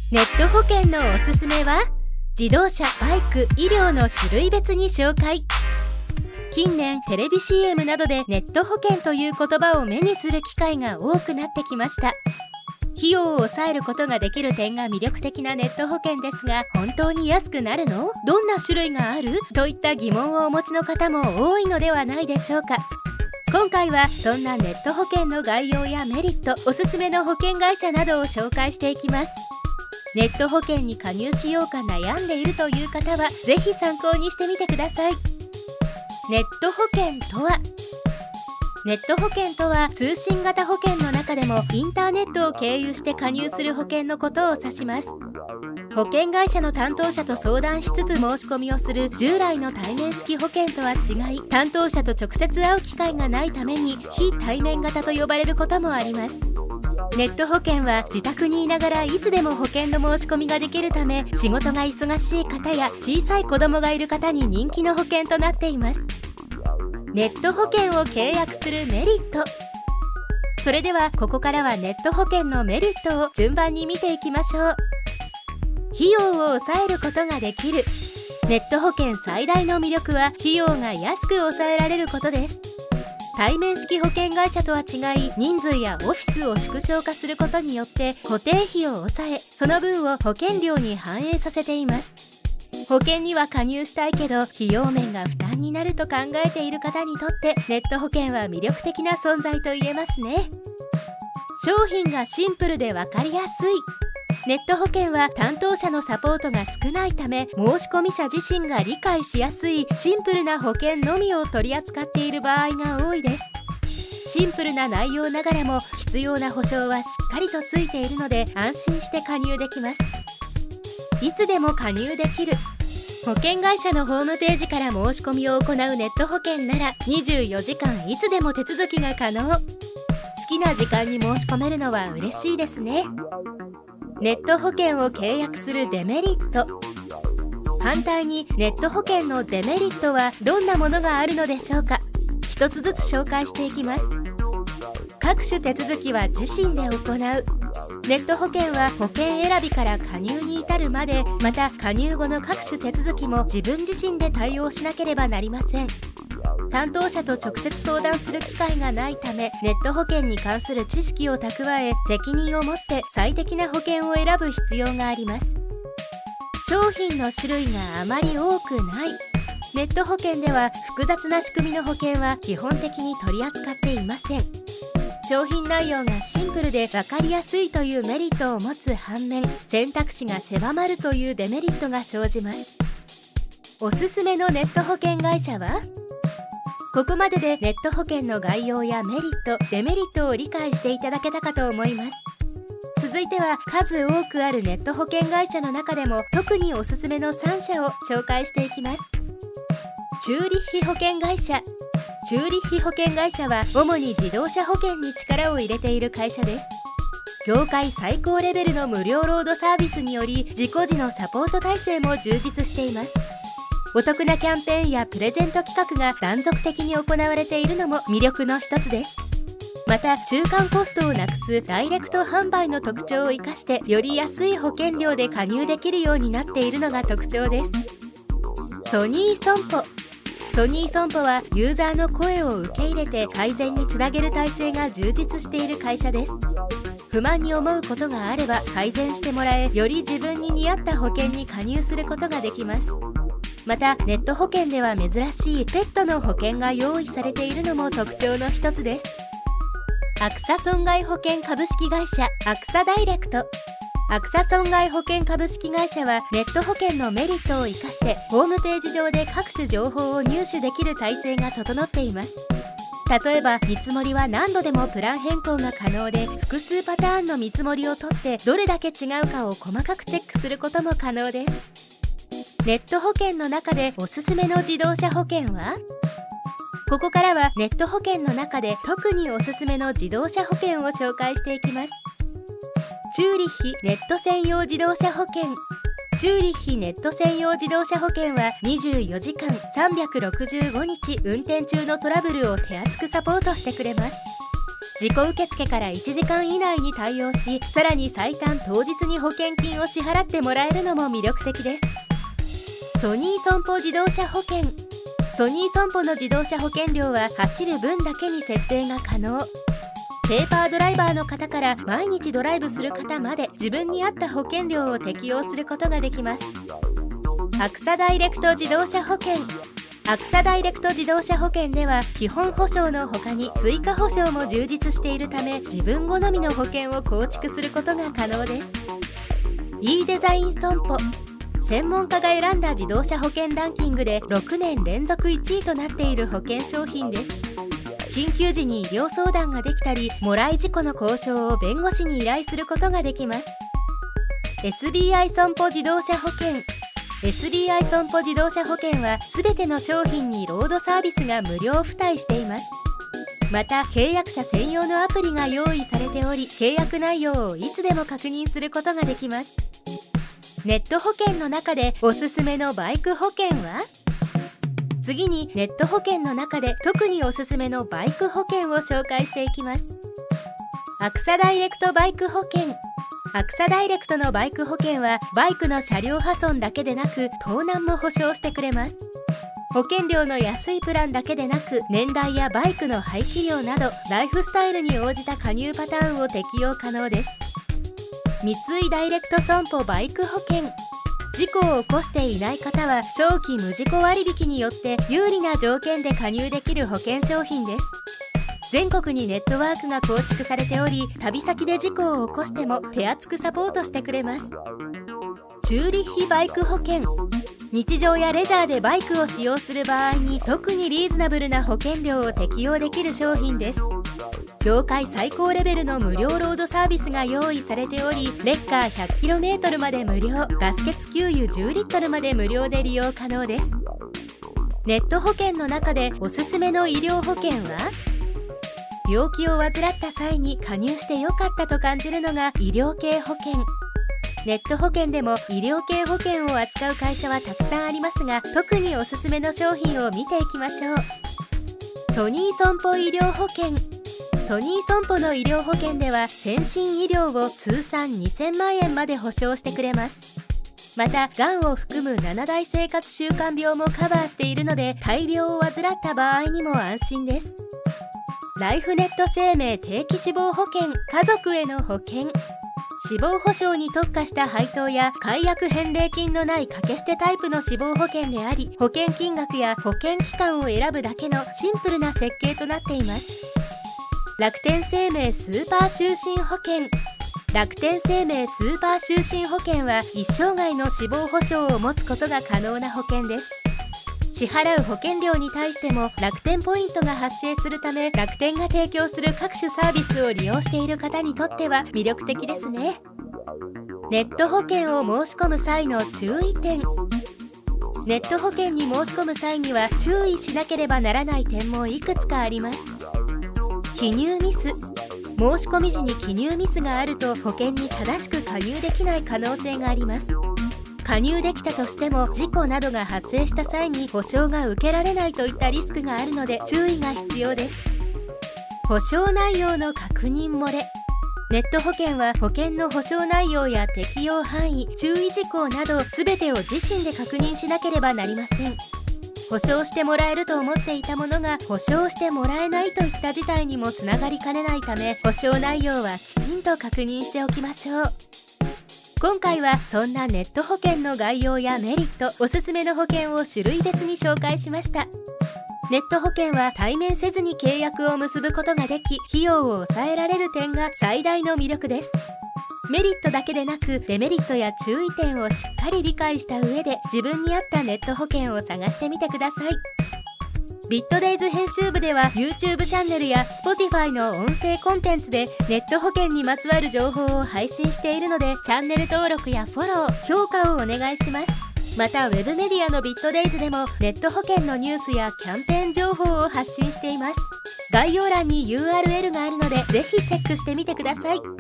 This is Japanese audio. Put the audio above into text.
ネット保険のおすすめは自動車、バイク、医療の種類別に紹介。近年テレビ CM などでネット保険という言葉を目にする機会が多くなってきました。費用を抑えることができる点が魅力的なネット保険ですが、本当に安くなるの？どんな種類がある？といった疑問をお持ちの方も多いのではないでしょうか。今回はそんなネット保険の概要やメリット、おすすめの保険会社などを紹介していきます。ネット保険に加入しようか悩んでいるという方はぜひ参考にしてみてください。ネット保険とは、ネット保険とは通信型保険の中でもインターネットを経由して加入する保険のことを指します。保険会社の担当者と相談しつつ申し込みをする従来の対面式保険とは違い、担当者と直接会う機会がないために非対面型と呼ばれることもあります。ネット保険は自宅にいながらいつでも保険の申し込みができるため、仕事が忙しい方や小さい子供がいる方に人気の保険となっています。ネット保険を契約するメリット。それではここからはネット保険のメリットを順番に見ていきましょう。費用を抑えることができる。ネット保険最大の魅力は費用が安く抑えられることです。対面式保険会社とは違い、人数やオフィスを縮小化することによって固定費を抑え、その分を保険料に反映させています。保険には加入したいけど費用面が負担になると考えている方にとってネット保険は魅力的な存在と言えますね。商品がシンプルで分かりやすい。ネット保険は担当者のサポートが少ないため、申込者自身が理解しやすいシンプルな保険のみを取り扱っている場合が多いです。シンプルな内容ながらも必要な保証はしっかりとついているので安心して加入できます。いつでも加入できる。保険会社のホームページから申し込みを行うネット保険なら24時間いつでも手続きが可能。好きな時間に申し込めるのは嬉しいですね。ネット保険を契約するデメリット。反対にネット保険のデメリットはどんなものがあるのでしょうか。一つずつ紹介していきます。各種手続きは自身で行う。ネット保険は保険選びから加入に至るまで、また加入後の各種手続きも自分自身で対応しなければなりません。担当者と直接相談する機会がないため、ネット保険に関する知識を蓄え、責任を持って最適な保険を選ぶ必要があります。商品の種類があまり多くない。ネット保険では複雑な仕組みの保険は基本的に取り扱っていません。商品内容がシンプルで分かりやすいというメリットを持つ反面、選択肢が狭まるというデメリットが生じます。おすすめのネット保険会社は？ここまででネット保険の概要やメリット、デメリットを理解していただけたかと思います。続いては数多くあるネット保険会社の中でも特におすすめの3社を紹介していきます。チューリッヒ保険会社。チューリッヒ保険会社は主に自動車保険に力を入れている会社です。業界最高レベルの無料ロードサービスにより事故時のサポート体制も充実しています。お得なキャンペーンやプレゼント企画が断続的に行われているのも魅力の一つです。また中間コストをなくすダイレクト販売の特徴を生かしてより安い保険料で加入できるようになっているのが特徴です。ソニー損保。ソニー損保はユーザーの声を受け入れて改善につなげる体制が充実している会社です。不満に思うことがあれば改善してもらえ、より自分に似合った保険に加入することができます。またネット保険では珍しいペットの保険が用意されているのも特徴の一つです。アクサ損害保険株式会社アクサダイレクト。アクサ損害保険株式会社はネット保険のメリットを生かしてホームページ上で各種情報を入手できる体制が整っています。例えば見積もりは何度でもプラン変更が可能で、複数パターンの見積もりを取ってどれだけ違うかを細かくチェックすることも可能です。ネット保険の中でおすすめの自動車保険は？ここからはネット保険の中で特におすすめの自動車保険を紹介していきます。チューリッヒネット専用自動車保険。チューリッヒネット専用自動車保険は24時間365日運転中のトラブルを手厚くサポートしてくれます。 自己受付から1時間以内に対応し、さらに最短当日に保険金を支払ってもらえるのも魅力的です。ソニー損保自動車保険。ソニー損保の自動車保険料は走る分だけに設定が可能。ペーパードライバーの方から毎日ドライブする方まで自分に合った保険料を適用することができます。アクサダイレクト自動車保険。アクサダイレクト自動車保険では基本保証の他に追加保証も充実しているため、自分好みの保険を構築することが可能です。Eデザイン損保。専門家が選んだ自動車保険ランキングで6年連続1位となっている保険商品です。緊急時に医療相談ができたり、もらい事故の交渉を弁護士に依頼することができます。SBI 損保自動車保険。SBI 損保自動車保険は全ての商品にロードサービスが無料付帯しています。また契約者専用のアプリが用意されており、契約内容をいつでも確認することができます。ネット保険の中でおすすめのバイク保険は？次にネット保険の中で特におすすめのバイク保険を紹介していきます。アクサダイレクトバイク保険。アクサダイレクトのバイク保険はバイクの車両破損だけでなく盗難も保証してくれます。保険料の安いプランだけでなく、年代やバイクの排気量などライフスタイルに応じた加入パターンを適用可能です。三井ダイレクト損保バイク保険。事故を起こしていない方は長期無事故割引によって有利な条件で加入できる保険商品です。全国にネットワークが構築されており、旅先で事故を起こしても手厚くサポートしてくれます。チューリッヒバイク保険。日常やレジャーでバイクを使用する場合に特にリーズナブルな保険料を適用できる商品です。業界最高レベルの無料ロードサービスが用意されており、レッカー 100km まで無料、ガス欠給油10リットルまで無料で利用可能です。ネット保険の中でおすすめの医療保険は？病気を患った際に加入してよかったと感じるのが医療系保険。ネット保険でも医療系保険を扱う会社はたくさんありますが、特におすすめの商品を見ていきましょう。ソニー損保医療保険。ソニー損保の医療保険では先進医療を通算2000万円まで保証してくれます。また、がんを含む7大生活習慣病もカバーしているので、大病を患った場合にも安心です。ライフネット生命定期死亡保険。家族への保険。死亡保障に特化した配当や解約返礼金のない掛け捨てタイプの死亡保険であり、保険金額や保険期間を選ぶだけのシンプルな設計となっています。楽天生命スーパー就寝保険。楽天生命スーパー就寝保険は一生涯の死亡保障を持つことが可能な保険です。支払う保険料に対しても楽天ポイントが発生するため、楽天が提供する各種サービスを利用している方にとっては魅力的ですね。ネット保険を申し込む際の注意点。ネット保険に申し込む際には注意しなければならない点もいくつかあります。記入ミス。申し込み時に記入ミスがあると保険に正しく加入できない可能性があります。加入できたとしても事故などが発生した際に保証が受けられないといったリスクがあるので注意が必要です。保証内容の確認漏れ。ネット保険は保険の保証内容や適用範囲、注意事項など全てを自身で確認しなければなりません。保証してもらえると思っていたものが保証してもらえないといった事態にもつながりかねないため、保証内容はきちんと確認しておきましょう。今回はそんなネット保険の概要やメリット、おすすめの保険を種類別に紹介しました。ネット保険は対面せずに契約を結ぶことができ、費用を抑えられる点が最大の魅力です。メリットだけでなくデメリットや注意点をしっかり理解した上で自分に合ったネット保険を探してみてください。ビットデイズ編集部では YouTube チャンネルや Spotify の音声コンテンツでネット保険にまつわる情報を配信しているので、チャンネル登録やフォロー、評価をお願いします。またウェブメディアのビットデイズでもネット保険のニュースやキャンペーン情報を発信しています。概要欄に URL があるのでぜひチェックしてみてください。